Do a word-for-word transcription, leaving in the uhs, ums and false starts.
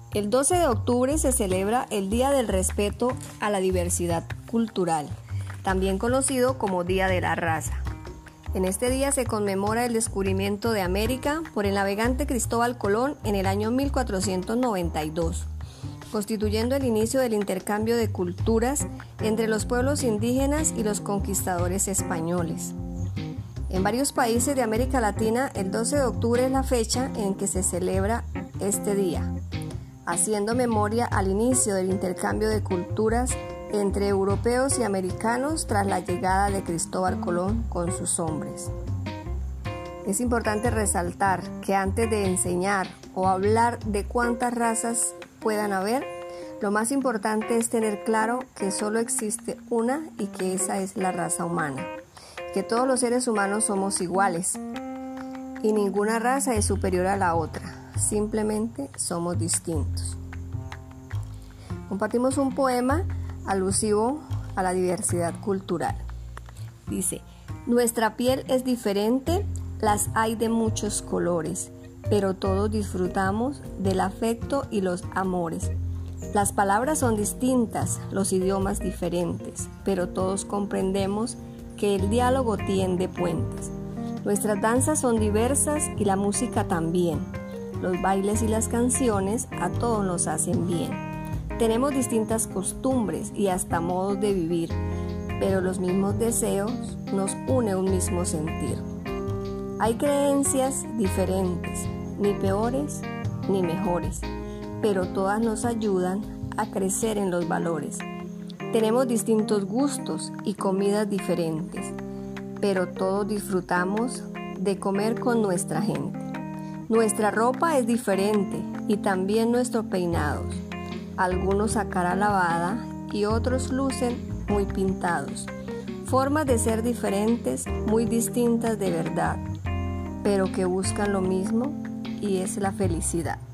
El doce de octubre se celebra el Día del Respeto a la Diversidad Cultural, también conocido como Día de la Raza. En este día se conmemora el descubrimiento de América por el navegante Cristóbal Colón en el año mil cuatrocientos noventa y dos, constituyendo el inicio del intercambio de culturas entre los pueblos indígenas y los conquistadores españoles. En varios países de América Latina, el doce de octubre es la fecha en que se celebra este día, haciendo memoria al inicio del intercambio de culturas entre europeos y americanos tras la llegada de Cristóbal Colón con sus hombres. Es importante resaltar que antes de enseñar o hablar de cuántas razas puedan haber, lo más importante es tener claro que solo existe una y que esa es la raza humana, que todos los seres humanos somos iguales y ninguna raza es superior a la otra, simplemente somos distintos. Compartimos un poema alusivo a la diversidad cultural. Dice: nuestra piel es diferente, las hay de muchos colores, pero todos disfrutamos del afecto y los amores. Las palabras son distintas, los idiomas diferentes, pero todos comprendemos que el diálogo tiende puentes. Nuestras danzas son diversas y la música también. Los bailes y las canciones a todos nos hacen bien. Tenemos distintas costumbres y hasta modos de vivir, pero los mismos deseos nos une un mismo sentir. Hay creencias diferentes, ni peores ni mejores, pero todas nos ayudan a crecer en los valores. Tenemos distintos gustos y comidas diferentes, pero todos disfrutamos de comer con nuestra gente. Nuestra ropa es diferente y también nuestros peinados. Algunos a cara lavada y otros lucen muy pintados. Formas de ser diferentes, muy distintas de verdad, pero que buscan lo mismo y es la felicidad.